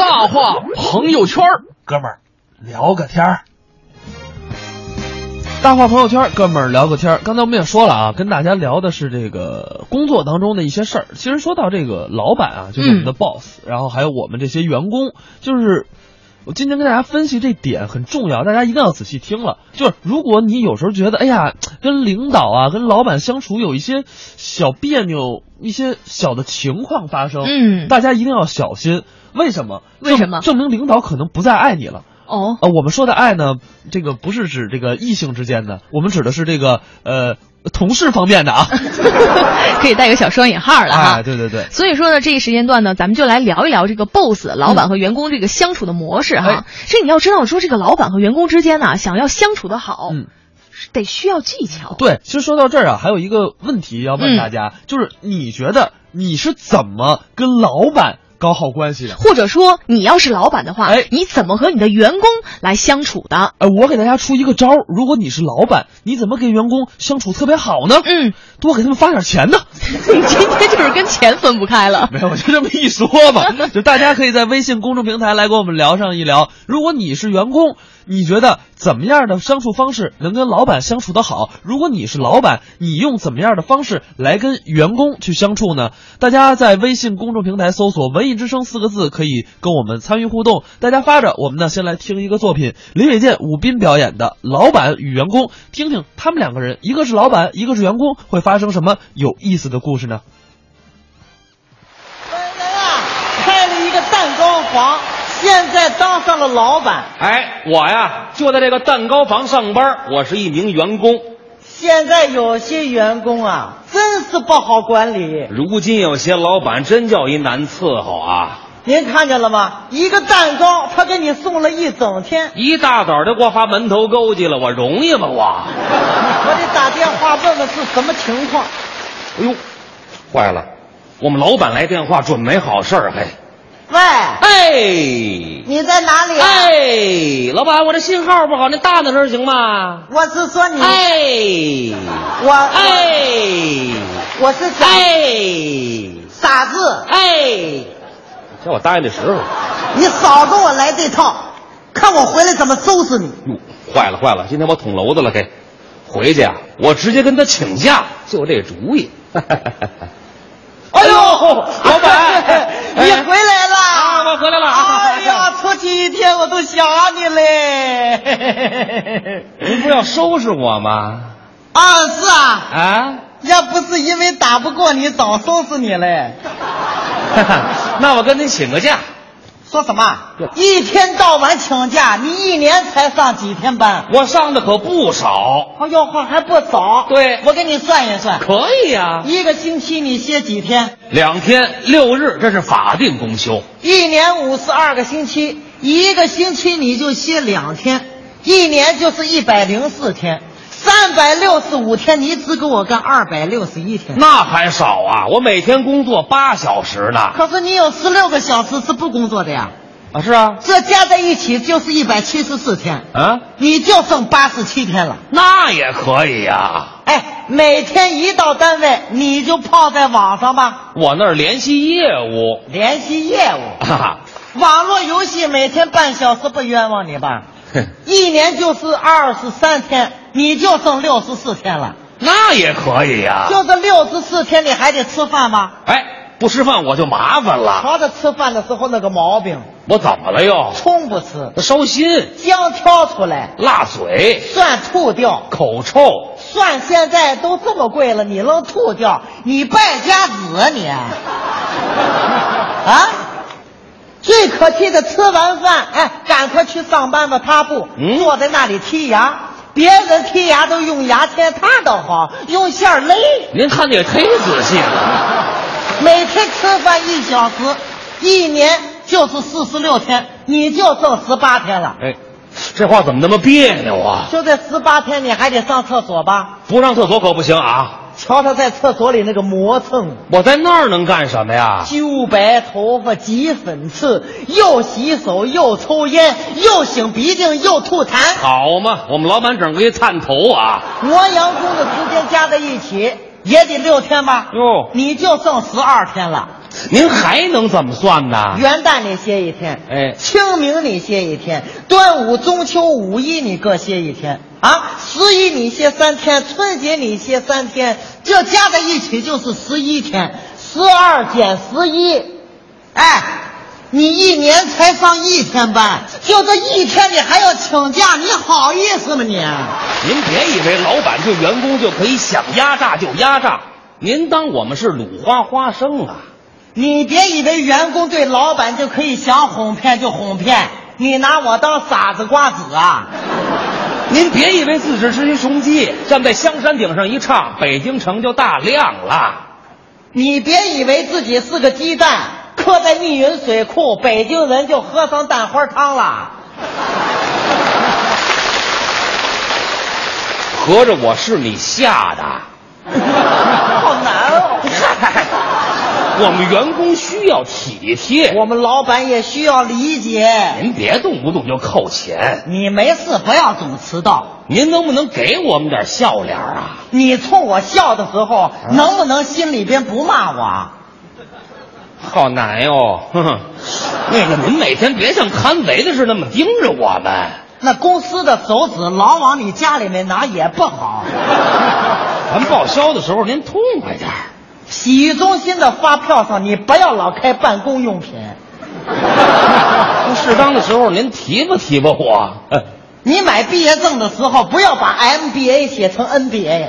大话朋友圈，哥们儿聊个天儿。大话朋友圈，哥们儿聊个天儿。刚才我们也说了啊，跟大家聊的是这个工作当中的一些事儿。其实说到这个老板啊，就是我们的 boss，然后还有我们这些员工，就是我今天跟大家分析这点很重要，大家一定要仔细听了。就是如果你有时候觉得，哎呀，跟领导啊、跟老板相处有一些小别扭、一些小的情况发生，大家一定要小心。为什么？ 为什么？ 证明领导可能不再爱你了。 哦， 我们说的爱呢，这个不是指这个异性之间的，我们指的是这个同事方面的啊， 可以带个小双引号了哈。 哎，对对对。 所以说呢，这个时间段呢，咱们就来聊一聊这个 boss 老板和员工这个相处的模式哈。这你要知道，说这个老板和员工之间呢，想要相处的好，得需要技巧。 对，其实说到这儿啊，还有一个问题要问大家，就是你觉得你是怎么跟老板搞好关系的？ 或者说你要是老板的话，你怎么和你的员工来相处的？ 我给大家出一个招，如果你是老板，你怎么跟员工相处特别好呢？多给他们发点钱呢。 你今天就是跟钱分不开了。 没有，我就这么一说嘛。就大家可以在微信公众平台来跟我们聊上一聊，如果你是员工，你觉得怎么样的相处方式能跟老板相处得好？如果你是老板，你用怎么样的方式来跟员工去相处呢？大家在微信公众平台搜索文艺之声4个字，可以跟我们参与互动。大家发着，我们呢先来听一个作品，林伟健、武斌表演的《老板与员工》，听听他们两个人，一个是老板，一个是员工，会发生什么有意思的故事呢？ 本来啊，开了一个蛋糕房，现在当上了老板。 我呀就在这个蛋糕房上班，我是一名员工。 现在有些员工啊，真是不好管理。 如今有些老板真叫一难伺候啊！ 您看见了吗？一个蛋糕，他给你送了一整天， 一大早就给我发门头沟去了，我容易吗？ 我得打电话问问是什么情况。 哎呦，坏了，我们老板来电话，准没好事儿。嘿， 喂，你在哪里啊？ 老板，我这信号不好，您大点声行吗？ 我是说你，我是想，傻子， 叫我答应的时候， 你少跟我来这套，看我回来怎么收拾你。 哟，坏了，今天我捅娄子了，给回去啊，我直接跟他请假，就这主意。 哎呦， 老板， 你回来了啊！我回来了。 哎呀，出去一天我都想你嘞。 您不是要收拾我吗？ 是啊。要不是因为打不过你，早收拾你嘞。 那我跟您请个假。 说什么？一天到晚请假，你一年才上几天班？ 我上的可不少。 哎呦，还不少。 对， 我给你算一算。 可以呀。 一个星期你歇几天 ？2天6日，这是法定公休。 一年52个星期，一个星期你就歇2天，一年就是104天。365天，你只给我干261天， 那还少啊！我每天工作8小时呢。 可是你有16个小时是不工作的呀？ 是啊， 这加在一起就是174天啊， 你就剩87天了。 那也可以呀。 每天一到单位你就泡在网上吧。 我那儿联系业务， 网络游戏每天半小时不冤枉你吧？一年就是23天，你就剩64天了。 那也可以呀。 就这64天，你还得吃饭吗？ 不吃饭我就麻烦了。 瞧着吃饭的时候那个毛病。 我怎么了又？ 葱不吃， 烧心； 姜挑出来， 辣嘴； 蒜吐掉， 口臭。 蒜现在都这么贵了，你能吐掉？你败家子啊你！最可气的，吃完饭，赶快去上班吧。他不，坐在那里剔牙。别人剔牙都用牙签，他倒好，用线勒。 您看的也忒仔细了。 每天吃饭1小时，一年就是46天，你就剩18天了。 这话怎么那么别扭啊？ 就这18天，你还得上厕所吧？ 不上厕所可不行啊！ 瞧他在厕所里那个磨蹭， 我在那儿能干什么呀？ 揪白头发，挤粉刺，又洗手，又抽烟，又擤鼻涕，又吐痰。 好嘛，我们老板整个一探头啊！ 磨洋工的时间加在一起也得6天吧？ 哟， 你就剩12天了。 您还能怎么算呢？ 元旦你歇一天， 哎， 清明你歇一天，端午、中秋、五一你各歇一天啊，11你歇3天，春节你歇3天，这加在一起就是11天，12减11，哎，你一年才上1天班，就这1天你还要请假，你好意思吗你？ 您别以为老板对员工就可以想压榨就压榨，您当我们是鲁花花生啊？ 你别以为员工对老板就可以想哄骗就哄骗，你拿我当傻子瓜子啊？ 您别以为自己是一雄鸡，站在香山顶上一唱，北京城就大亮了。 你别以为自己是个鸡蛋，刻在密云水库，北京人就喝上蛋花汤了。 合着我是你下的？ 好难哦。 我们员工需要体贴， 我们老板也需要理解。 您别动不动就扣钱， 你没事不要总迟到。 您能不能给我们点笑脸啊？ 你冲我笑的时候，能不能心里边不骂我？ 好难哟，呵呵。那个，您每天别像看贼的似的那么盯着我们。 那公司的手指老往你家里面拿也不好。 咱报销的时候您痛快点。 洗浴中心的发票上你不要老开办公用品。 适当的时候您提拔提拔我。 你买毕业证的时候不要把 MBA 写成 NBA。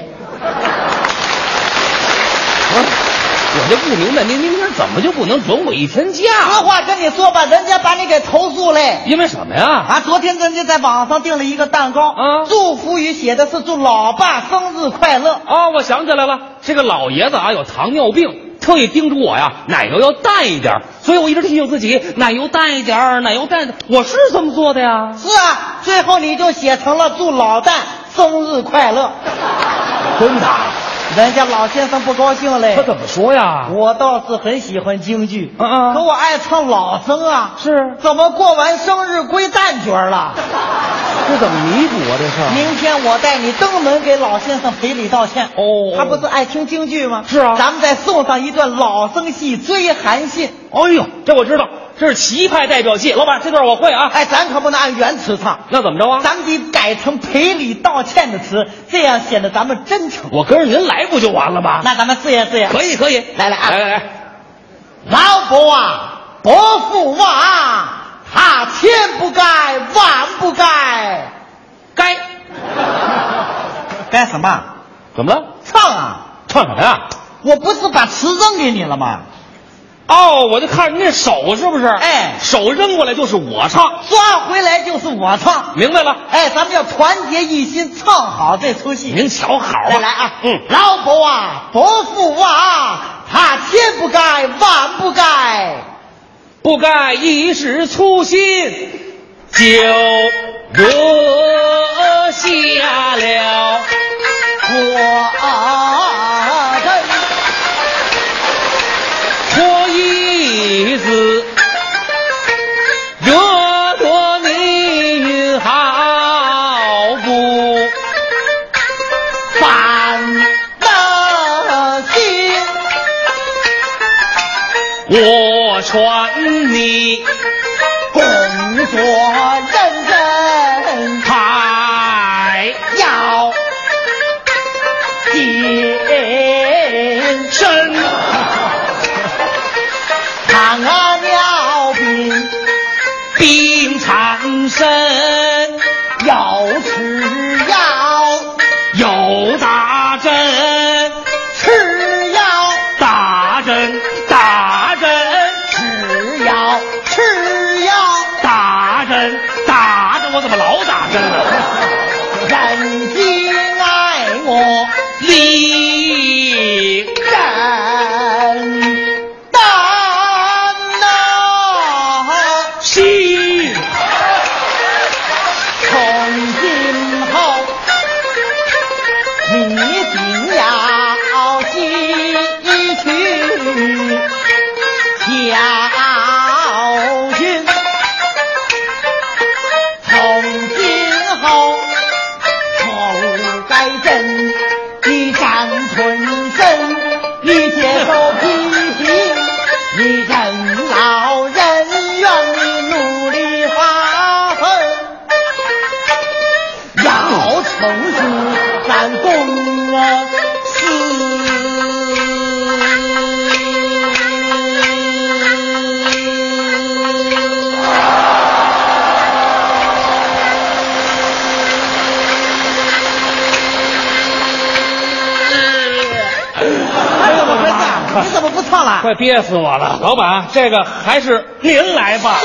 我就不明白，您明天怎么就不能准我1天假？ 实话跟你说吧，人家把你给投诉嘞。 因为什么呀？ 啊，昨天人家在网上订了一个蛋糕，祝福语写的是祝老爸生日快乐。 哦，我想起来了，这个老爷子啊有糖尿病，特意叮嘱我呀，奶油要淡一点，所以我一直提醒自己，奶油淡一点，奶油淡一点。我是这么做的呀。 是啊，最后你就写成了祝老蛋生日快乐。 真的？ 人家老先生不高兴嘞。 他怎么说呀？ 我倒是很喜欢京剧，可我爱唱老生啊。 是？ 怎么过完生日归蛋卷了？ 这怎么弥补啊？这是？ 明天我带你登门给老先生赔礼道歉。 哦， 他不是爱听京剧吗？ 是啊。 咱们再送上一段老生戏《追韩信》。 哎呦，这我知道，这是旗派代表戏。老板，这段我会啊。 哎，咱可不能按原词唱。 那怎么着啊？ 咱们得改成赔礼道歉的词，这样显得咱们真诚。 我跟着您来不就完了吗？ 那咱们试验试验。 可以可以， 来啊！ 来， 老伯啊，伯父啊，他千不该万不该， 该该什么？ 怎么了？ 唱啊！ 唱什么呀？ 我不是把词扔给你了吗？ 哦，我就看您这手是不是？ 哎， 手扔过来就是我唱， 抓回来就是我唱。 明白了？ 哎，咱们要团结一心，唱好这出戏。 您瞧好啊！ 来啊！老伯啊，伯父啊，他千不该万不该， 不该一时粗心就惹下了错意思，惹得你好不烦了心。 我传你工作认真， 还要谨慎。糖尿病病缠身， 要吃药， 有打针， 吃药， 打针，打针， 吃药，吃药， 打针，打针，我怎么老打针了？ 人心爱我， 理人心。 从今后，你一定要吸取教训。从今后，错误改正，你站快憋死我了！老板，这个还是您来吧。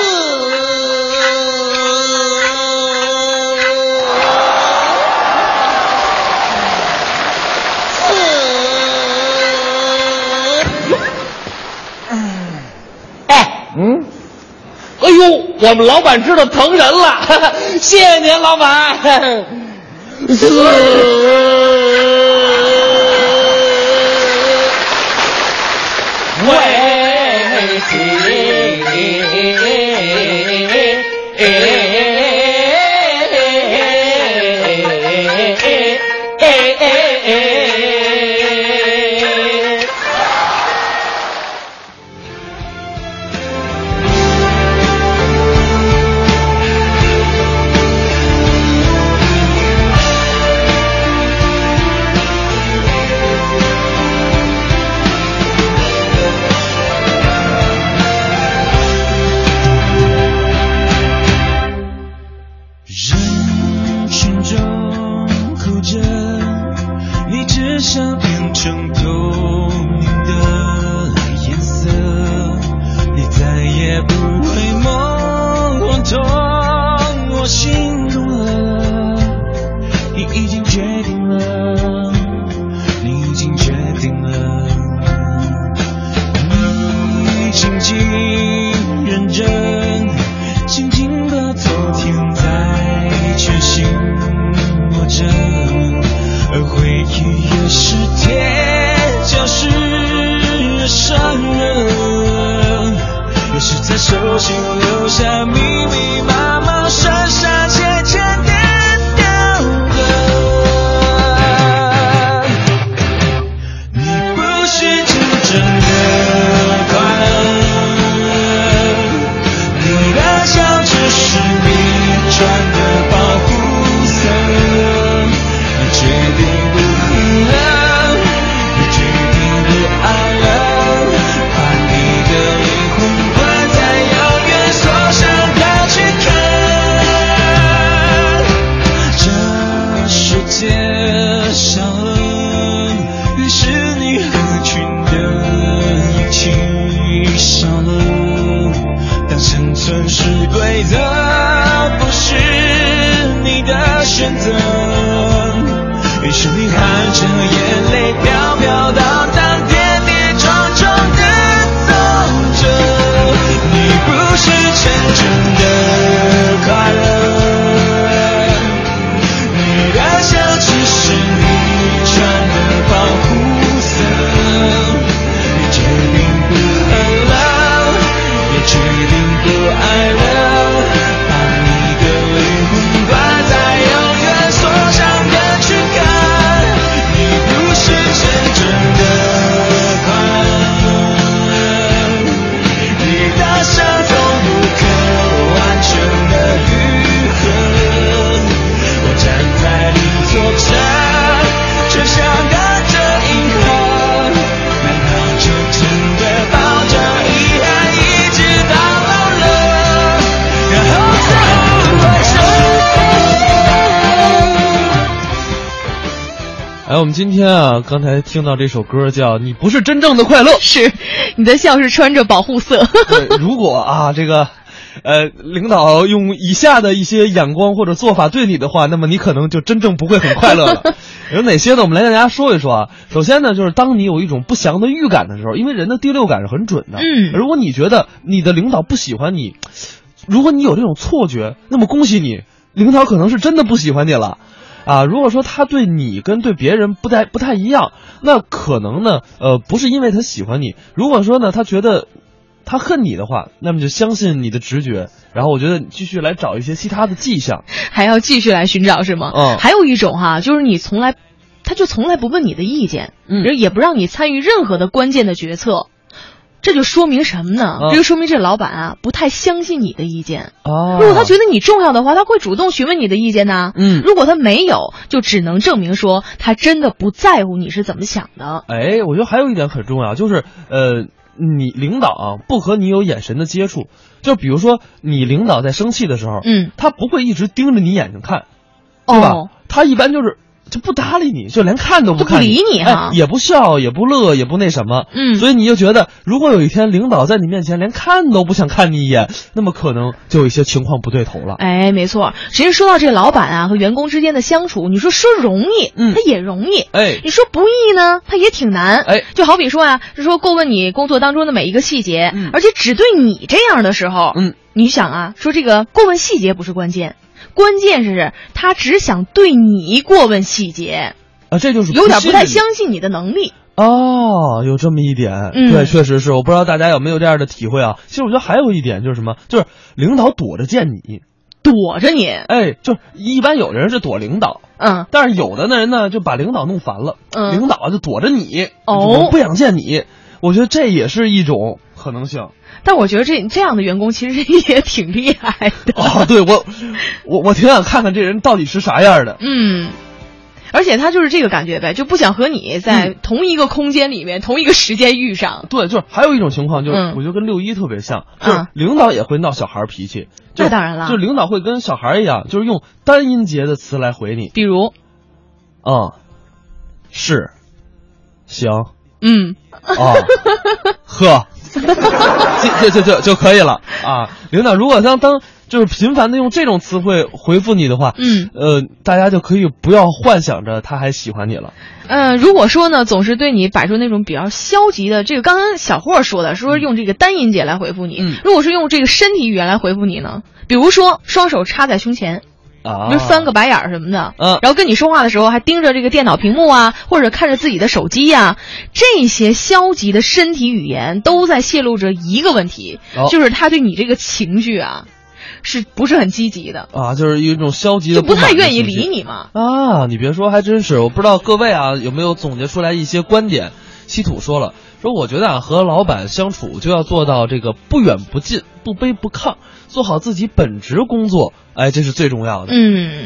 哎呦，我们老板知道疼人了，谢谢您，老板。危我们今天啊，刚才听到这首歌叫《你不是真正的快乐》， 是你的笑是穿着保护色。 如果啊，这个领导用以下的一些眼光或者做法对你的话，那么你可能就真正不会很快乐了。有哪些呢？我们来跟大家说一说啊。首先呢，就是当你有一种不祥的预感的时候，因为人的第六感是很准的。如果你觉得你的领导不喜欢你，如果你有这种错觉，那么恭喜你，领导可能是真的不喜欢你了。啊，如果说他对你跟对别人不太一样，那可能呢，不是因为他喜欢你。如果说呢，他觉得他恨你的话，那么就相信你的直觉。然后我觉得继续来找一些其他的迹象， 还要继续来寻找是吗？还有一种哈，就是他就从来不问你的意见，也不让你参与任何的关键的决策。这就说明什么呢？这就说明这老板啊不太相信你的意见。如果他觉得你重要的话，他会主动询问你的意见呢。如果他没有，就只能证明说他真的不在乎你是怎么想的。 哎，我觉得还有一点很重要，就是你领导啊不和你有眼神的接触。就比如说你领导在生气的时候，他不会一直盯着你眼睛看，对吧？他一般就是就不搭理你，就连看都不看不理你哈， 也不笑，也不乐，也不那什么。所以你就觉得，如果有一天领导在你面前连看都不想看你一眼，那么可能就有一些情况不对头了。 哎，没错。其实说到这老板啊和员工之间的相处，你说容易，他也容易。你说不易呢，他也挺难。就好比说啊，是说过问你工作当中的每一个细节，而且只对你这样的时候，你想啊，说这个过问细节不是关键。关键是他只想对你过问细节啊，这就是有点不太相信你的能力哦，有这么一点，对，确实是，我不知道大家有没有这样的体会啊。其实我觉得还有一点就是什么，就是领导躲着见你， 躲着你， 就一般有的人是躲领导，但是有的人呢就把领导弄烦了，领导就躲着你，我不想见你，我觉得这也是一种可能性。 但我觉得这样的员工其实也挺厉害的对，我挺想看看这人到底是啥样的。 而且他就是这个感觉呗，就不想和你在同一个空间里面、同一个时间遇上。 对，就是还有一种情况，就是我觉得跟6·1特别像，就是领导也会闹小孩脾气。 那当然了， 就领导会跟小孩一样，就是用单音节的词来回你， 比如， 是，行，呵。就可以了啊！领导如果当就是频繁的用这种词汇回复你的话，大家就可以不要幻想着他还喜欢你了。 如果说呢，总是对你摆出那种比较消极的，这个刚刚小霍说的，说用这个单音节来回复你，如果是用这个身体语言来回复你呢，比如说双手插在胸前。就翻个白眼儿什么的，然后跟你说话的时候还盯着这个电脑屏幕啊，或者看着自己的手机啊，这些消极的身体语言都在泄露着一个问题，就是他对你这个情绪啊，是不是很积极的啊？就是一种消极的， 就不太愿意理你嘛。 你别说，还真是，我不知道各位啊有没有总结出来一些观点。稀土说了，说我觉得和老板相处就要做到这个不远不近，不卑不亢，做好自己本职工作，这是最重要的。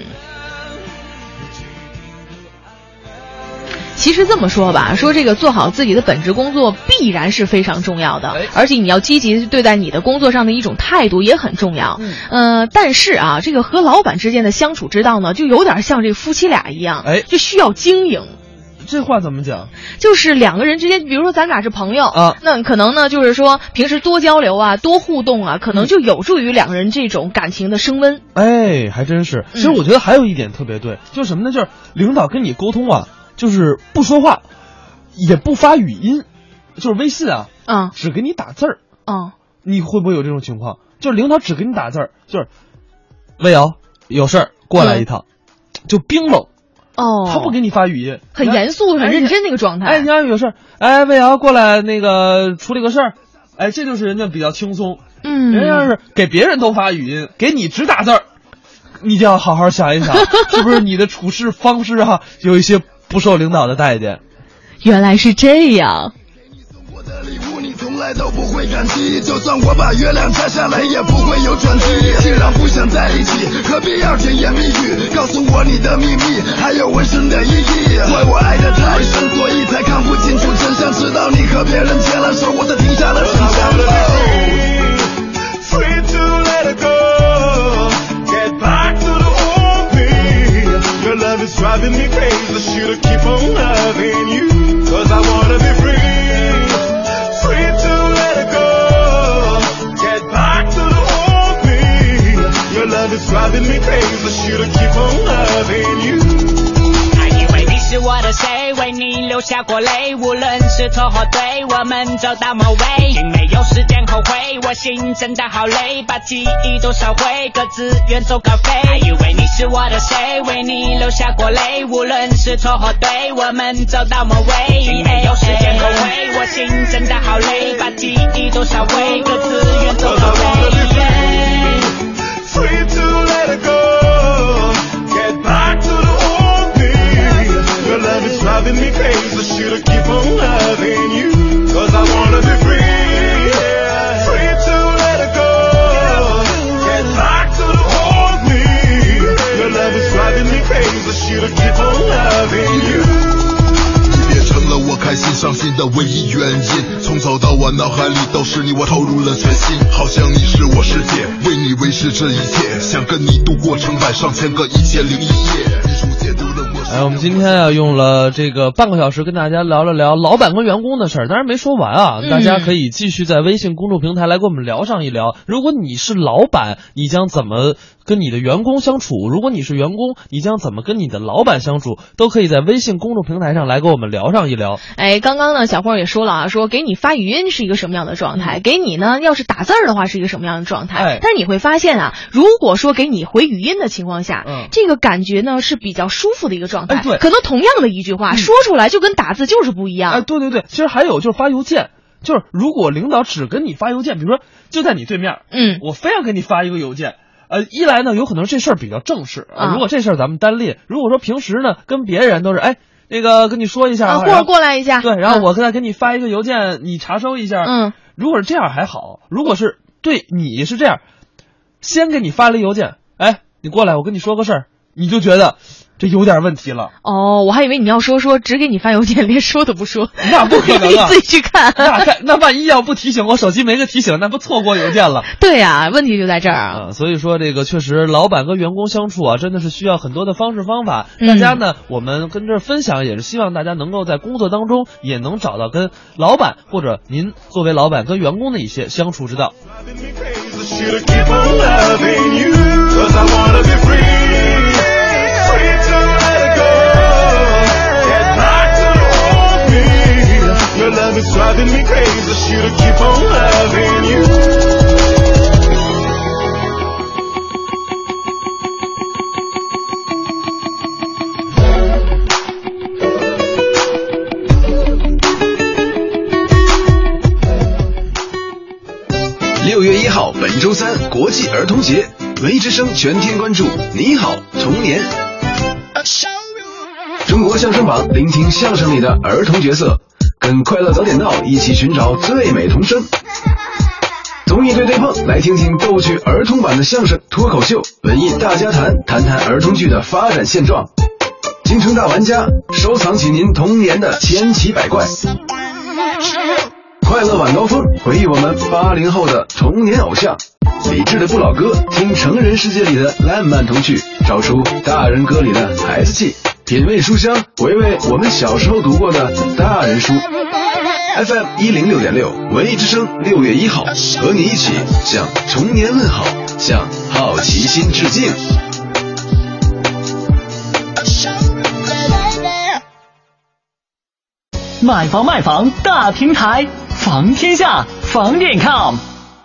其实这么说吧，说这个做好自己的本职工作必然是非常重要的，而且你要积极对待你的工作上的一种态度也很重要。但是啊，这个和老板之间的相处之道呢，就有点像这夫妻俩一样，就需要经营。 这话怎么讲？ 就是两个人之间，比如说咱俩是朋友那可能呢，就是说平时多交流啊，多互动啊，可能就有助于两个人这种感情的升温。 还真是。其实我觉得还有一点特别对，就是什么呢？就是领导跟你沟通啊，就是不说话，也不发语音，就是微信只给你打字儿。你会不会有这种情况？就是领导只给你打字儿，就是魏瑶有事儿过来一趟，就冰冷。他不给你发语音， 很严肃、很认真那个状态。 你要有事儿，魏瑶过来那个处理个事儿，这就是人家比较轻松。人家是给别人都发语音，给你只打字儿，你就要好好想一想，是不是你的处事方式有一些不受领导的待见。 原来是这样。 从来都不会感激，就算我把月亮摘下来也不会有转机。既然不想在一起，何必要甜言蜜语？告诉我你的秘密，还有纹身的意义。怪我爱得太深，所以才看不清楚真相。直到你和别人牵了手，我才停下了逞强。Free to let it go, get back to the old me. Your love is driving me crazy, should keep on loving you, 'cause I wanna be free.Free to let it go, get back to the old me. Your love is driving me crazy, should keep on loving you. 还以为你是我的谁，为你流下过泪，无论是错或对，我们走到末尾，并没有时间后悔，我心真的好累，把记忆都烧毁，各自远走高飞。还以为你是我的谁，为你流下过泪，无论是错或对，我们走到末尾，并没有时间后悔，我心真的好累，把记忆都烧毁，各自远走高飞。 Free to let it go, get back to the old me. Your love is driving me crazy, should keep on loving you, 'cause I wanna be free. Free to let it go, get back to the old me. Your love is driving me crazy, should keep on loving you.成了我开心伤心的唯一原因，从早到晚脑海里都是你，我投入了全心，好像你是我世界，为你维持这一切，想跟你度过成百上千个1001夜。 我们今天啊用了这个半个小时跟大家聊了聊老板跟员工的事儿，当然没说完啊，大家可以继续在微信公众平台来跟我们聊上一聊。如果你是老板，你将怎么跟你的员工相处？如果你是员工，你将怎么跟你的老板相处？都可以在微信公众平台上来跟我们聊上一聊。 刚刚呢小霍也说了啊，说给你发语音是一个什么样的状态，给你呢要是打字儿的话是一个什么样的状态。但是你会发现啊，如果说给你回语音的情况下，这个感觉呢是比较舒服的一个状态。 对， 可能同样的一句话说出来就跟打字就是不一样。 对，其实还有就是发邮件，就是如果领导只跟你发邮件，比如说就在你对面，我非要给你发一个邮件。一来呢，有可能这事儿比较正式啊。如果这事儿咱们单列，如果说平时呢跟别人都是那个跟你说一下， 或者过来一下， 对，然后我再给你发一个邮件，你查收一下。如果是这样还好，如果是对你是这样，先给你发了邮件，你过来，我跟你说个事儿，你就觉得这有点问题了。 我还以为你要说只给你发邮件，连说都不说。 那不可能啊！ 你自己去看。 那万一要不提醒我，手机没个提醒，那不错过邮件了。 对呀，问题就在这儿啊。 所以说这个确实，老板跟员工相处啊，真的是需要很多的方式方法。大家呢，我们跟这分享，也是希望大家能够在工作当中也能找到跟老板或者您作为老板跟员工的一些相处之道。 Your love is driving me crazy. Should've keep on loving you. 6月1号，本周3，国际儿童节，文艺之声全天关注。你好，童年。中国相声榜，聆听相声里的儿童角色，跟快乐早点到一起寻找最美童声。综艺对对碰，来听听逗趣儿童版的相声脱口秀，文艺大家谈，谈谈儿童剧的发展现状。京城大玩家，收藏起您童年的千奇百怪。快乐晚高峰，回忆我们80后的童年偶像。理智的不老歌，听成人世界里的烂漫童趣，找出大人歌里的孩子气。品味书香，回味我们小时候读过的大人书。FM 106.6，文艺之声，6月1号，和你一起向童年问好，向好奇心致敬。 买房卖房大平台，房天下房点 com。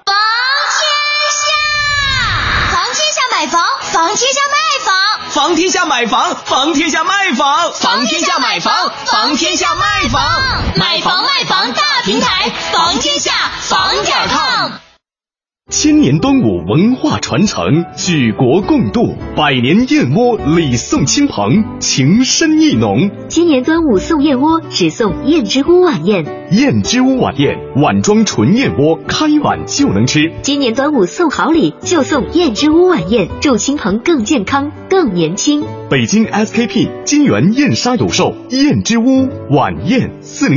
买房，房天下卖房， 房天下买房，房天下卖房， 房天下买房，房天下卖房，买房卖房大平台，房天下房点 com。 千年端午文化传承，举国共度，百年燕窝礼送亲朋，情深意浓。 今年端午送燕窝，只送燕之屋晚宴。 燕之屋晚宴，碗装纯燕窝，开碗就能吃。 今年端午送好礼，就送燕之屋晚宴，祝亲朋更健康、更年轻。 北京 SKP 金源燕莎有售燕之屋晚宴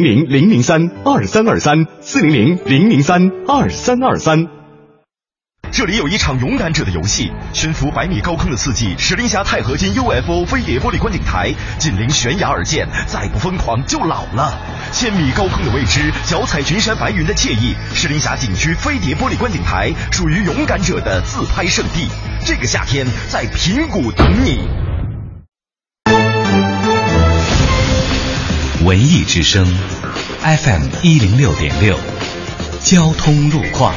，400-003-2323，400-003-2323。 这里有一场勇敢者的游戏，悬浮100米高空的刺激，石林峡钛合金 UFO 飞碟玻璃观景台，紧邻悬崖而建，再不疯狂就老了。1000米高空的未知，脚踩群山白云的惬意，石林峡景区飞碟玻璃观景台属于勇敢者的自拍圣地。这个夏天在平谷等你。 文艺之声 FM 106.6，交通路况。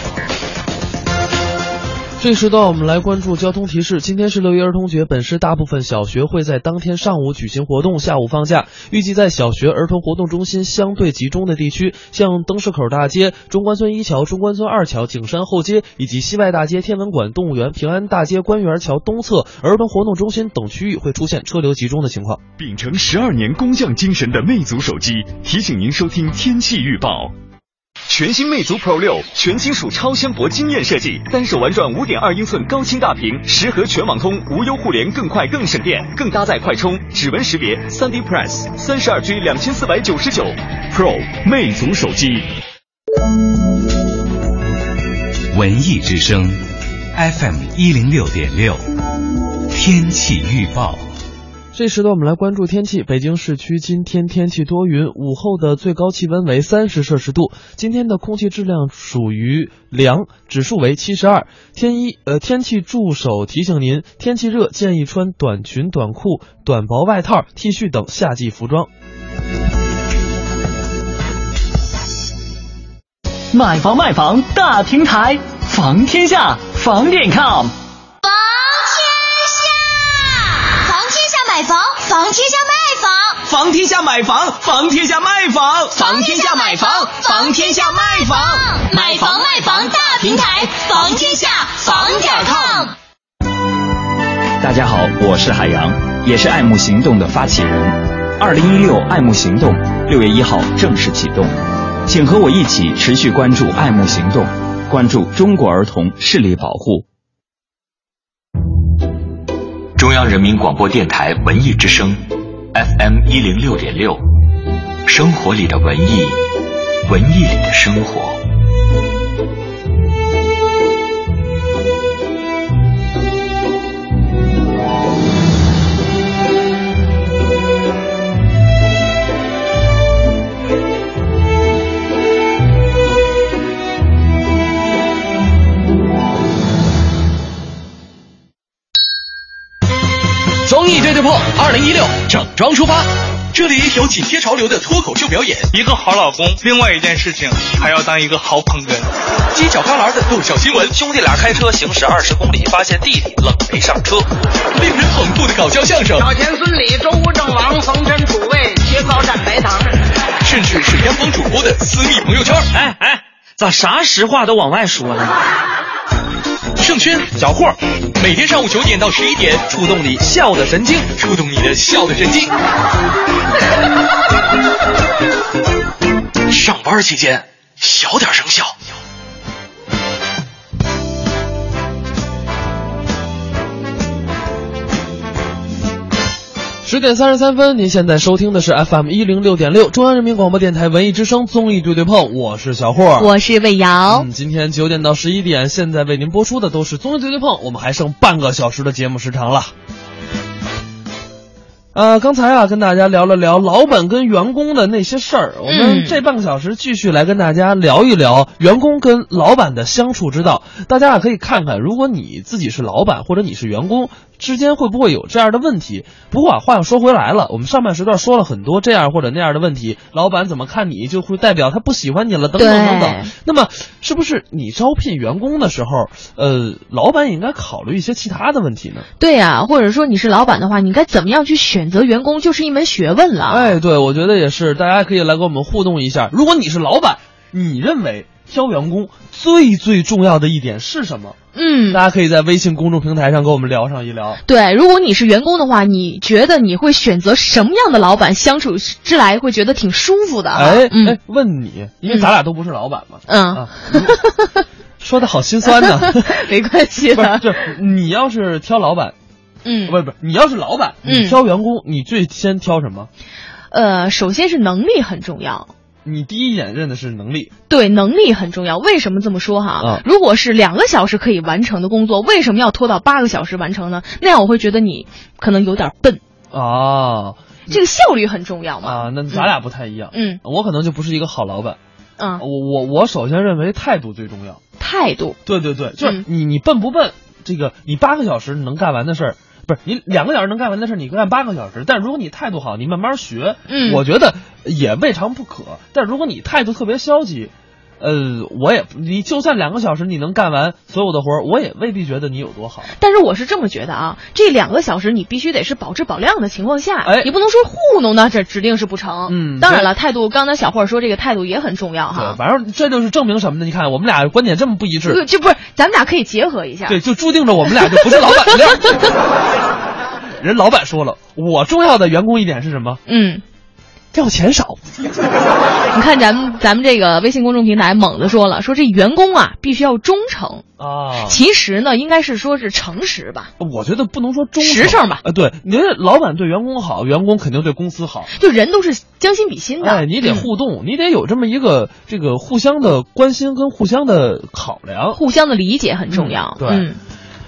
这时段我们来关注交通提示。今天是6一儿童节，本市大部分小学会在当天上午举行活动，下午放假。预计在小学儿童活动中心相对集中的地区，像灯市口大街、中关村1桥、中关村2桥、景山后街以及西外大街、天文馆、动物园、平安大街、官园桥东侧儿童活动中心等区域会出现车流集中的情况。 秉承12年工匠精神的魅族手机提醒您收听天气预报。全新魅族 Pro 6，全金属超纤薄惊艳设计，单手玩转5.2英寸高清大屏，实合全网通，无忧互联，更快更省电，更搭载快充、指纹识别、3D Press， 32G 2499 Pro 魅族手机。 文艺之声 FM 106.6，天气预报。 这时段我们来关注天气。北京市区今天天气多云，午后的最高气温为30摄氏度。今天的空气质量属于良，指数为72。天气助手提醒您，天气热建议穿短裙、短裤、短薄外套、T 恤等夏季服装。 买房大平台，房天下房点 com。 买房，房天下卖房， 房天下买房，房天下卖房， 房天下买房，房天下卖房，买房卖房大平台，房天下房点 com。 大家好，我是海洋，也是爱慕行动的发起人。2016爱慕行动6月1号正式启动，请和我一起持续关注爱慕行动，关注中国儿童视力保护。 中央人民广播电台文艺之声 FM 106.6，生活里的文艺，文艺里的生活。 综艺对对碰2016整装出发，这里有紧贴潮流的脱口秀表演， 一个好老公，另外一件事情还要当一个好捧哏， 犄角旮旯的逗笑新闻， 兄弟俩开车行驶20公里，发现弟弟冷没上车， 令人捧腹的搞笑相声， 老田孙李周吴郑王冯陈楚卫切糕蘸白糖， 甚至是央广主播的私密朋友圈。 哎，咋啥实话都往外说呢？ 盛轩、小霍，每天上午9点到11点，触动你笑的神经，触动你的笑的神经。上班期间小点声笑。 10点33分，您现在收听的是 FM 106.6中央人民广播电台文艺之声综艺对对碰，我是小霍， 我是魏瑶。 今天9点到11点，现在为您播出的都是综艺对对碰，我们还剩半个小时的节目时长了。刚才跟大家聊了聊老板跟员工的那些事儿，我们这半个小时继续来跟大家聊一聊员工跟老板的相处之道。大家可以看看，如果你自己是老板或者你是员工之间会不会有这样的问题。不过话又说回来了，我们上半时段说了很多这样或者那样的问题，老板怎么看你就会代表他不喜欢你了，等等等等。那么是不是你招聘员工的时候老板也应该考虑一些其他的问题呢？ 对呀，或者说你是老板的话，你该怎么样去选择员工，就是一门学问了。 哎，对，我觉得也是，大家可以来跟我们互动一下。如果你是老板，你认为挑员工最重要的一点是什么？大家可以在微信公众平台上跟我们聊上一聊。 对，如果你是员工的话，你觉得你会选择什么样的老板相处之来会觉得挺舒服的？ 问你，因为咱俩都不是老板嘛。说的好心酸呢。 没关系的。 就你要是挑老板，不，你要是老板，你挑员工，你最先挑什么？ 首先是能力很重要。 你第一眼认的是能力， 对，能力很重要。为什么这么说哈？如果是2个小时可以完成的工作，为什么要拖到8个小时完成呢？那样我会觉得你可能有点笨啊。 这个效率很重要嘛。 啊，那咱俩不太一样。我可能就不是一个好老板。我首先认为态度最重要。 态度？ 对，就是你笨不笨？这个你8个小时能干完的事儿。不是你2个小时能干完的事，你干8个小时。但如果你态度好，你慢慢学，我觉得也未尝不可。但如果你态度特别消极，你就算2个小时你能干完所有的活儿，我也未必觉得你有多好。 但是我是这么觉得啊，这2个小时你必须得是保质保量的情况下，你不能说糊弄呢，这指定是不成。当然了，态度，刚才小霍说这个态度也很重要哈。 对，反正这就是证明什么呢？你看我们俩观点这么不一致， 就不是咱们俩可以结合一下。 对，就注定着我们俩就不是老板的料。人老板说了，我重要的员工一点是什么？要钱少。 你看咱们这个微信公众平台猛地说了，说这员工啊必须要忠诚啊。其实呢，应该是说是诚实吧。 我觉得不能说忠诚， 实诚吧。 对，你老板对员工好，员工肯定对公司好。 就人都是将心比心的。 你得互动，你得有这么一个这个互相的关心跟互相的考量， 互相的理解很重要。 对。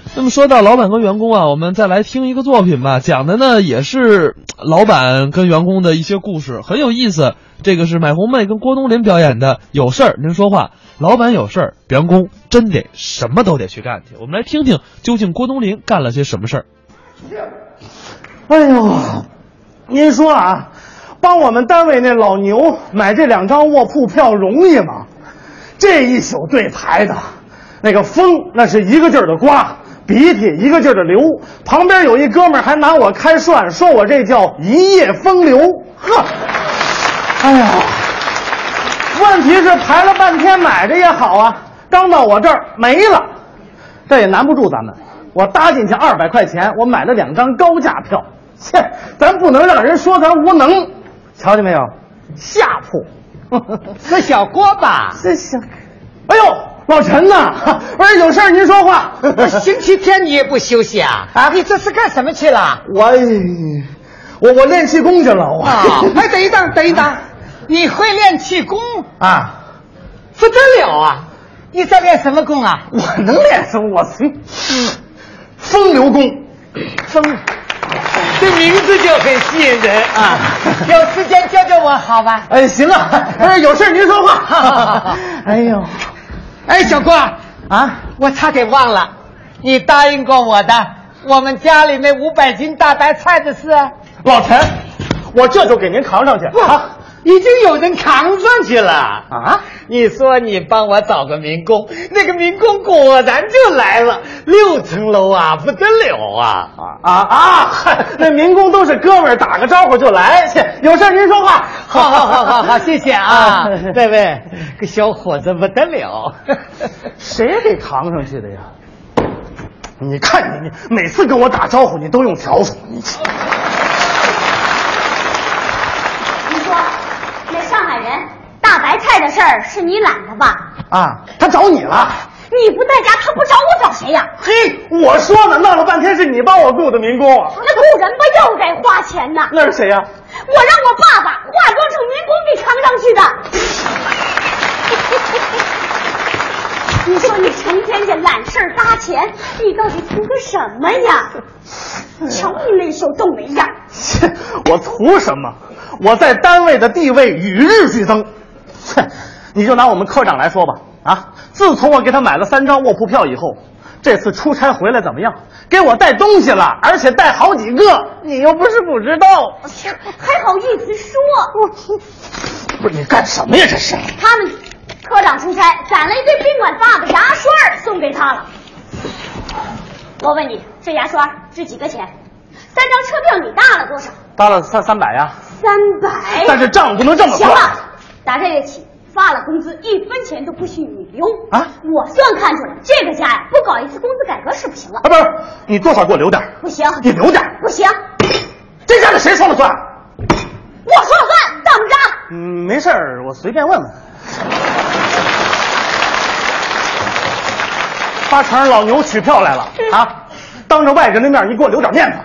那么说到老板跟员工啊，我们再来听一个作品吧，讲的呢也是老板跟员工的一些故事，很有意思。这个是买红妹跟郭冬临表演的《有事儿您说话》，老板有事儿，员工真得什么都得去干去。我们来听听究竟郭冬临干了些什么事儿。 哎呦，您说啊，帮我们单位那老牛买这2张卧铺票容易吗？这一宿对排的，那个风那是一个劲儿的刮，鼻涕一个劲儿的流，旁边有一哥们儿还拿我开涮，说我这叫一夜风流。呵，哎呀，问题是排了半天买着也好啊，刚到我这儿没了，这也难不住咱们。我搭进去200块钱，我买了2张高价票，切，咱不能让人说咱无能。瞧见没有，下铺。 是小郭吧？ 这小，哎呦，老陈呐，不是有事您说话。 星期天你也不休息啊？啊，你这是干什么去了？ 我练气功去了。 哎，等一等，你会练气功啊？ 不得了啊！你在练什么功啊？ 我能练什么？风流功。 这名字就很吸引人啊！有时间教教我好吧？ 哎，行啊，不是有事您说话。哎呦， 哎，小郭啊，我差点忘了，你答应过我的，我们家里那500斤大白菜的事。 老陈，我这就给您扛上去。 哇，已经有人扛上去了啊！你说你帮我找个民工，那个民工果然就来了，6层楼啊，不得了啊！ 那民工都是哥们儿，打个招呼就来。有事您说话。 好，谢谢啊！这位个小伙子不得了， 谁给扛上去的呀？你看你每次跟我打招呼，你都用笤帚。 你说那上海人大白菜的事儿是你揽的吧？ 啊，他找你了。 你不在家，他不找我找谁呀？ 嘿，我说呢，闹了半天是你帮我雇的民工啊。 那雇人吧又得花钱呢。 那是谁呀？ 我让我爸爸化妆成民工给扛上去的。你说你成天这揽事儿搭钱，你到底图个什么呀？瞧你那手冻没样。 我图什么？我在单位的地位与日俱增。你就拿我们科长来说吧，啊，自从我给他买了3张卧铺票以后，这次出差回来怎么样？给我带东西了，而且带好几个，你又不是不知道。 还好意思说？ 不是你干什么呀？这是他们科长出差攒了一堆宾馆发的牙刷送给他了。我问你，这牙刷值几个钱？3张车票你搭了多少？ 搭了300呀。 300。 但是账不能这么算。 行了，打这月起发了工资1分钱都不许你留啊！我算看出来，这个家呀不搞一次工资改革是不行了。 啊，不是，你多少给我留点？ 不行， 你留点。 不行， 这家的谁说了算？ 我说了算，当不当？ 没事儿，我随便问问。8成老牛取票来了啊！当着外人的面，你给我留点面子。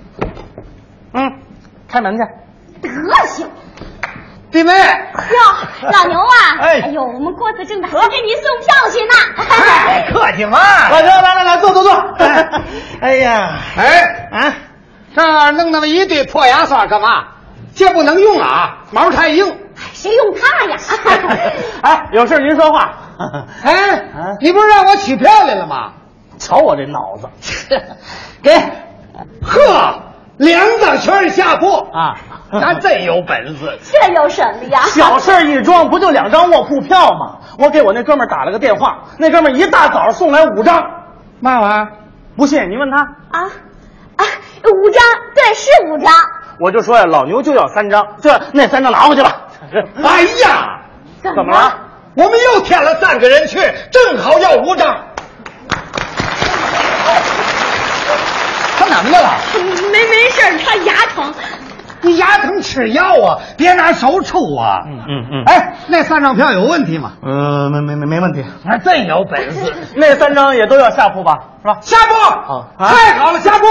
开门去。 德行。 弟妹， 哟，老牛啊！哎呦，我们郭子正打算给你送票去呢。 哎，客气嘛。 来，坐。 哎呀，这儿弄那么一堆破牙刷干嘛？这不能用啊，毛太硬。 谁用它呀？ 哎，有事您说话。 你不是让我取票来了吗？ 瞧我这脑子， 给，呵，2张全是下铺啊。那真有本事。 这有什么呀？ 小事一桩，不就2张卧铺票吗？我给我那哥们儿打了个电话，那哥们儿一大早送来5张。 嘛玩意儿？ 不信你问他。 啊，5张，对，是5张。 我就说呀，老牛就要3张，那3张拿回去吧。 哎呀， 怎么了？ 我们又添了3个人去，正好要5张。他怎么的了？ 没事，他牙疼。 你牙疼吃药啊，别拿手抽啊。哎，那3张票有问题吗？ 没问题。 还真有本事。 那3张也都要下铺吧？是吧？ 下铺。太好了，下铺。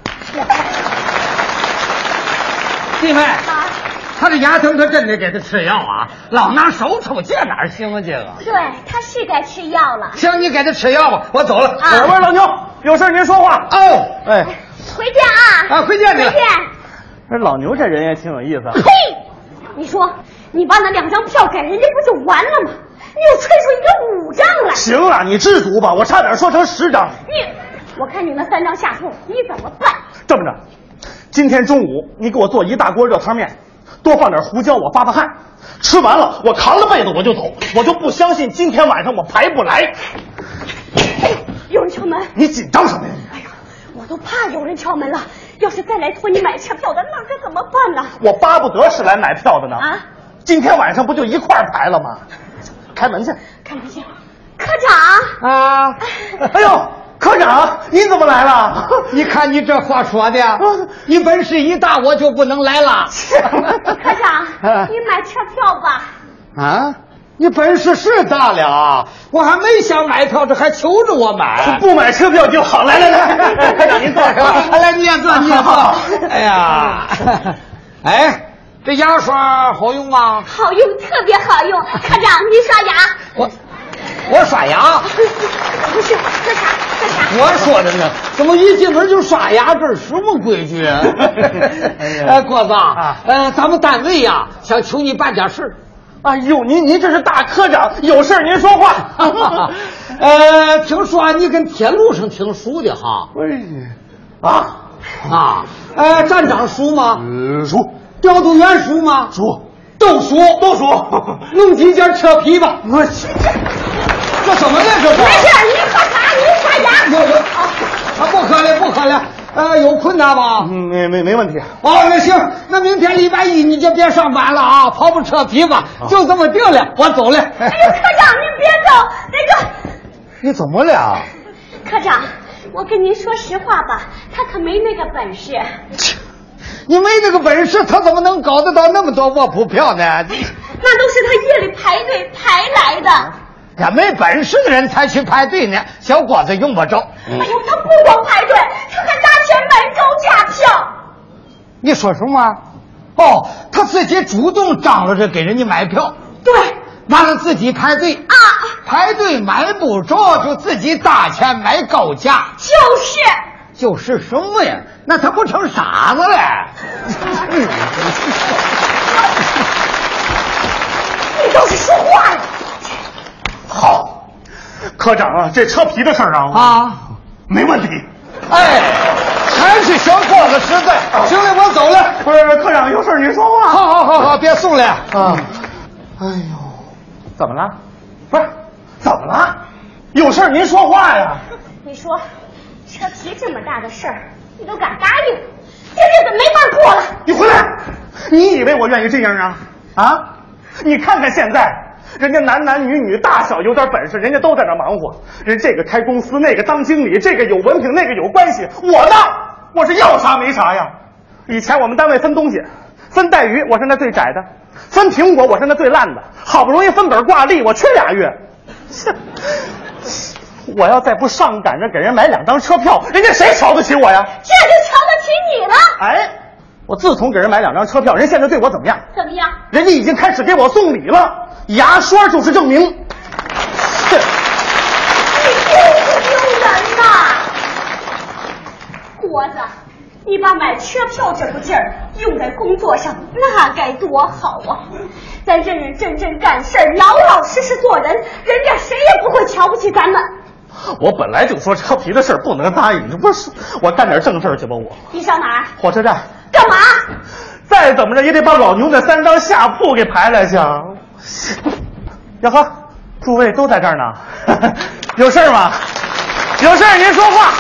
弟妹，他这牙疼，他真得给他吃药啊！老拿手抽，这哪行啊？这个。 对，他是该吃药了。 行，你给他吃药吧，我走了。 不是老牛， 有事您说话。 哦，哎， 回见啊！ 啊，回见你了。 回见。 这老牛这人也挺有意思。 呸！你说你把那2张票给人家不就完了吗？你又吹出一个5张来。 行了，你知足吧，我差点说成10张。 我看你那3张下铺，你怎么办？ 这么着，今天中午你给我做一大锅热汤面，多放点胡椒，我发汗。吃完了，我扛了被子我就走，我就不相信今天晚上我排不来。 有人敲门！ 你紧张什么呀？ 哎呀，我都怕有人敲门了。要是再来托你买车票的，那可怎么办呢？ 我巴不得是来买票的呢。 啊！ 今天晚上不就一块儿排了吗？开门去。 开门去。科长啊！ 哎呦，科长，你怎么来了？ 你看你这话说的，你本事一大，我就不能来了。 科长，你买车票吧。 啊，你本事是大了，我还没想买票，这还求着我买。 不买车票就好。来，科长您坐。 来，你也坐。哎呀，哎，这牙刷好用吗？ 好用，特别好用。科长，您刷牙。 我刷牙。 不是，这啥？ 我说的呢，怎么一进门就刷牙？这是什么规矩啊？哎，郭子咱们单位呀，想求你办点事。 哎呦，您这是大科长，有事您说话。 听说你跟铁路上挺熟的哈。站长熟吗？ 熟。 调度员熟吗？ 熟。 都熟。弄几件车皮吧。 我去， 这怎么的？这是？ 没事，您喝茶，您刷牙。 不可了。有困难吗？ 没问题。 那行，那明天礼拜一你就别上班了啊，跑步车皮吧，就这么定了，我走了。 哎呦，科长您别走，那个。 你怎么了？ 科长，我跟您说实话吧，他可没那个本事。 你没那个本事，他怎么能搞得到那么多卧铺票呢？ 那都是他夜里排队排来的。 呀，没本事的人才去排队呢，小伙子用不着。 哎呦，他不光排队，他还拿钱买高价票。 你说什么？他自己主动张罗着给人家买票。 对， 完了自己排队啊， 排队买不着就自己大钱买高价。就是什么呀？那他不成傻子了？ 你倒是说话呀！ 好，科长啊，这车皮的事儿没问题。 哎，还是小伙子实在。行了，我走了。 不是，科长有事您说话。 好，别送了。 哎呦，怎么了？不是，怎么了？有事您说话呀。 你说，车皮这么大的事儿，你都敢答应，这日子没法过了。 你回来！你以为我愿意这样啊？你看看现在。人家男女大小有点本事，人家都在那忙活。人这个开公司，那个当经理，这个有文凭，那个有关系。我呢，我是要啥没啥呀。以前我们单位分东西，分带鱼，我是那最窄的；分苹果，我是那最烂的。好不容易分本挂历，我缺2月。我要再不上赶着给人买2张车票，人家谁瞧得起我呀？ 这就瞧得起你了。 哎，我自从给人买2张车票，人现在对我怎么样？ 怎么样？ 人家已经开始给我送礼了。牙刷就是证明。你丢不丢人呐？国子，你把买车票这股劲儿用在工作上，那该多好啊！咱认认真真干事儿，老老实实做人，人家谁也不会瞧不起咱们。 我本来就说车皮的事儿不能答应，这不是我干点正事儿去吧？ 你上哪儿？ 火车站。 干嘛？ 再怎么着也得把老牛那3张下铺给排来去。呀呵，诸位都在这儿呢，有事吗？有事您说话。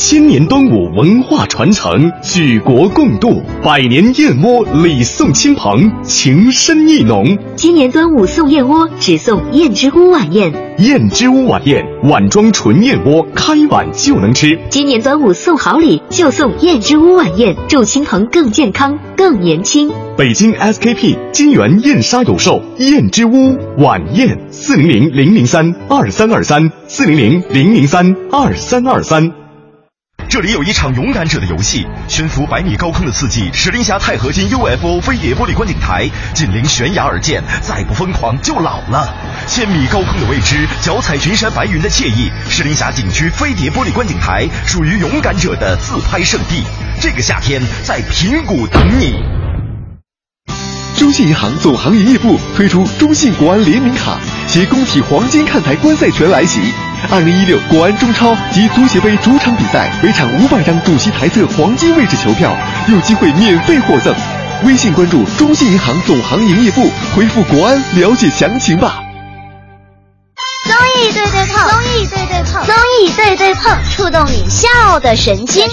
千年端午文化传承，举国共度，百年燕窝礼送亲朋，情深意浓。 今年端午送燕窝，只送燕之屋晚宴。 燕之屋晚宴，碗装纯燕窝，开碗就能吃。 今年端午送好礼，就送燕之屋晚宴，祝亲朋更健康、更年轻。 北京 SKP 金源燕莎有售燕之屋晚宴，400-003-2323，400-003-2323。这里有一场勇敢者的游戏，悬浮100米高空的刺激，石林峡钛合金 UFO 飞碟玻璃观景台，紧邻悬崖而建，再不疯狂就老了。1000米高空的未知，脚踩群山白云的惬意，石林峡景区飞碟玻璃观景台属于勇敢者的自拍圣地。这个夏天在平谷等你。 中信银行总行营业部推出中信国安联名卡，携工体黄金看台观赛权来袭。2016国安中超及足协杯主场比赛，每场500张主席台侧黄金位置球票，有机会免费获赠。微信关注中信银行总行营业部，回复国安了解详情吧。 综艺对对碰，综艺对对碰，综艺对对碰，触动你笑的神经。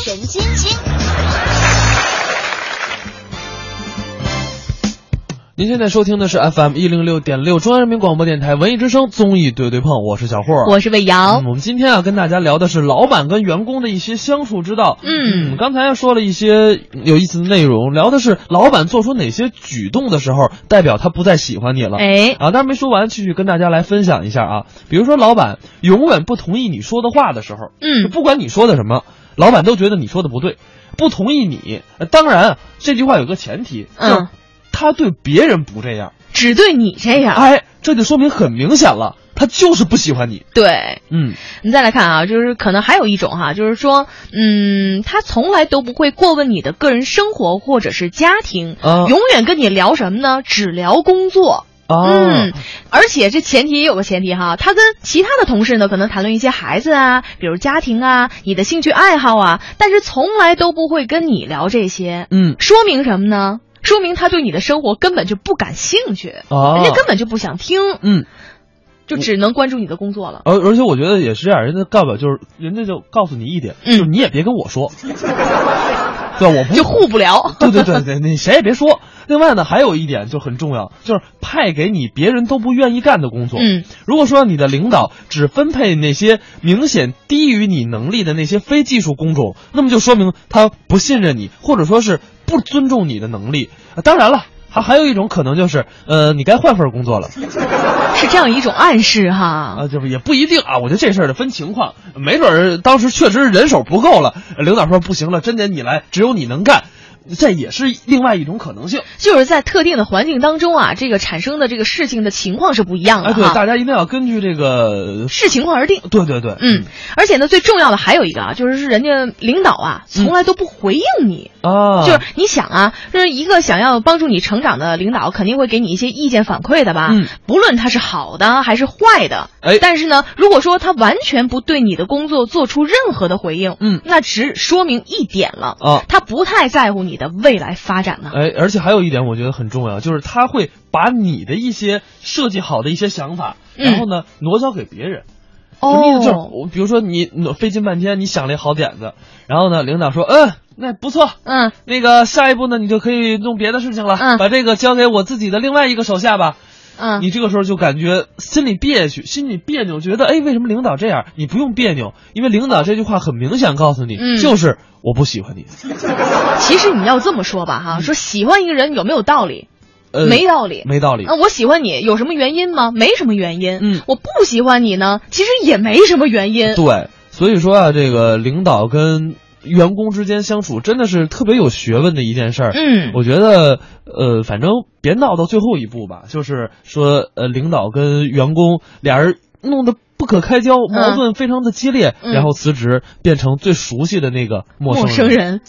您现在收听的是 FM 106.6中央人民广播电台文艺之声综艺对对碰，我是小霍， 我是魏瑶。 我们今天跟大家聊的是老板跟员工的一些相处之道。刚才说了一些有意思的内容，聊的是老板做出哪些举动的时候，代表他不再喜欢你了。当然没说完，继续跟大家来分享一下啊。比如说，老板永远不同意你说的话的时候，不管你说的什么，老板都觉得你说的不对，不同意你。当然，这句话有个前提，就是他对别人不这样， 只对你这样。 这就说明很明显了，他就是不喜欢你。 对，你再来看啊，就是可能还有一种哈，就是说，他从来都不会过问你的个人生活或者是家庭，永远跟你聊什么呢？只聊工作。而且这前提也有个前提哈，他跟其他的同事呢，可能谈论一些孩子啊，比如家庭啊，你的兴趣爱好啊，但是从来都不会跟你聊这些。说明什么呢？说明他对你的生活根本就不感兴趣，人家根本就不想听，就只能关注你的工作了。 而且我觉得也是这样，人家告人家就告诉你一点，就是你也别跟我说，对，我不就互不聊。 对，你谁也别说。另外呢，还有一点就很重要，就是派给你别人都不愿意干的工作。如果说你的领导只分配那些明显低于你能力的那些非技术工种，那么就说明他不信任你，或者说是不尊重你的能力。当然了，还有一种可能就是，你该换份工作了， 是这样一种暗示哈。 就是也不一定啊，我觉得这事儿得分情况，没准当时确实人手不够了，领导说不行了，真得你来，只有你能干。这也是另外一种可能性， 就是在特定的环境当中啊，这个产生的这个事情的情况是不一样的。 对，大家一定要根据这个视情况而定。 对， 而且呢，最重要的还有一个啊，就是人家领导啊，从来都不回应你就是你想啊，就是一个想要帮助你成长的领导，肯定会给你一些意见反馈的吧？不论他是好的还是坏的。但是呢，如果说他完全不对你的工作做出任何的回应，那只说明一点了，他不太在乎你的未来发展呢。 而且还有一点我觉得很重要，就是他会把你的一些设计好的一些想法，然后呢挪交给别人。比如说你费劲半天，你想了一好点子，然后呢领导说那不错，那个下一步呢你就可以弄别的事情了，把这个交给我自己的另外一个手下吧。你这个时候就感觉心里别扭，觉得为什么领导这样？你不用别扭，因为领导这句话很明显告诉你，就是我不喜欢你。 其实你要这么说吧哈，说喜欢一个人有没有道理？没道理。我喜欢你有什么原因吗？没什么原因。我不喜欢你呢，其实也没什么原因。 对，所以说啊，这个领导跟员工之间相处真的是特别有学问的一件事儿。我觉得反正别闹到最后一步吧，就是说领导跟员工俩人弄得不可开交，矛盾非常的激烈，然后辞职变成最熟悉的那个陌生人。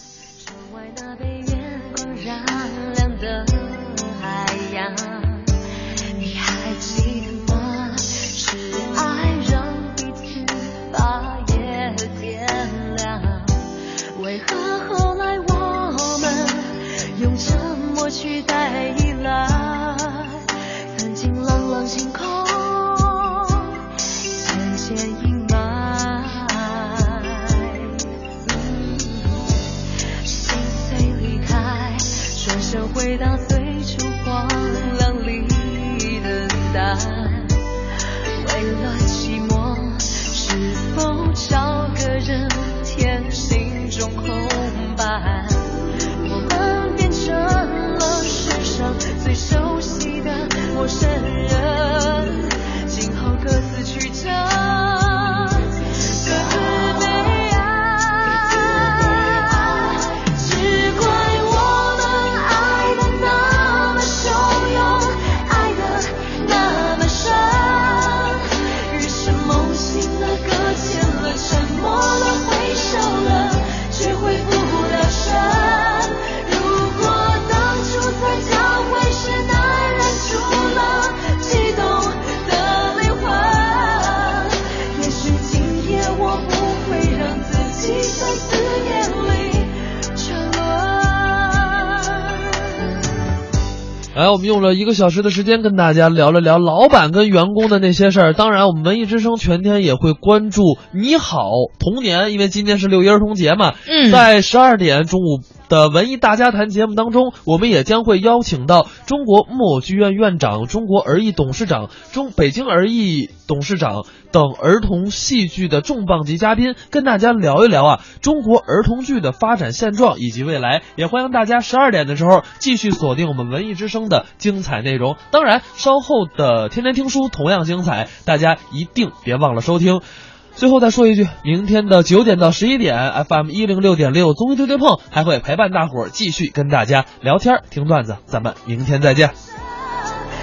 取代依赖，看尽朗朗星空，渐渐阴霾。 回到最初荒凉里等待。为了寂寞，是否找个人填心中空白？我们变成了世上最熟悉的陌生人，今后各自去找各自悲哀。只怪我们爱得那么汹涌，爱得那么深，日深梦醒了，搁浅了，沉默了，回首了，却回不了神。如果当初才教会时难忍住了激动的灵魂，也许今夜我不会让自己在思念里沉沦。 我们用了1个小时的时间跟大家聊了聊老板跟员工的那些事儿。当然我们文艺之声全天也会关注你好童年，因为今天是6一儿童节嘛。在12点中午的文艺大家谈节目当中，我们也将会邀请到中国木偶剧院院长、中国儿艺董事长、北京儿艺董事长等儿童戏剧的重磅级嘉宾，跟大家聊一聊中国儿童剧的发展现状以及未来。也欢迎大家12点的时候继续锁定我们文艺之声的精彩内容。当然稍后的天天听书同样精彩，大家一定别忘了收听。最后再说一句，明天的9点到11点 FM 106.6综艺对对碰还会陪伴大伙儿继续跟大家聊天听段子，咱们明天再见。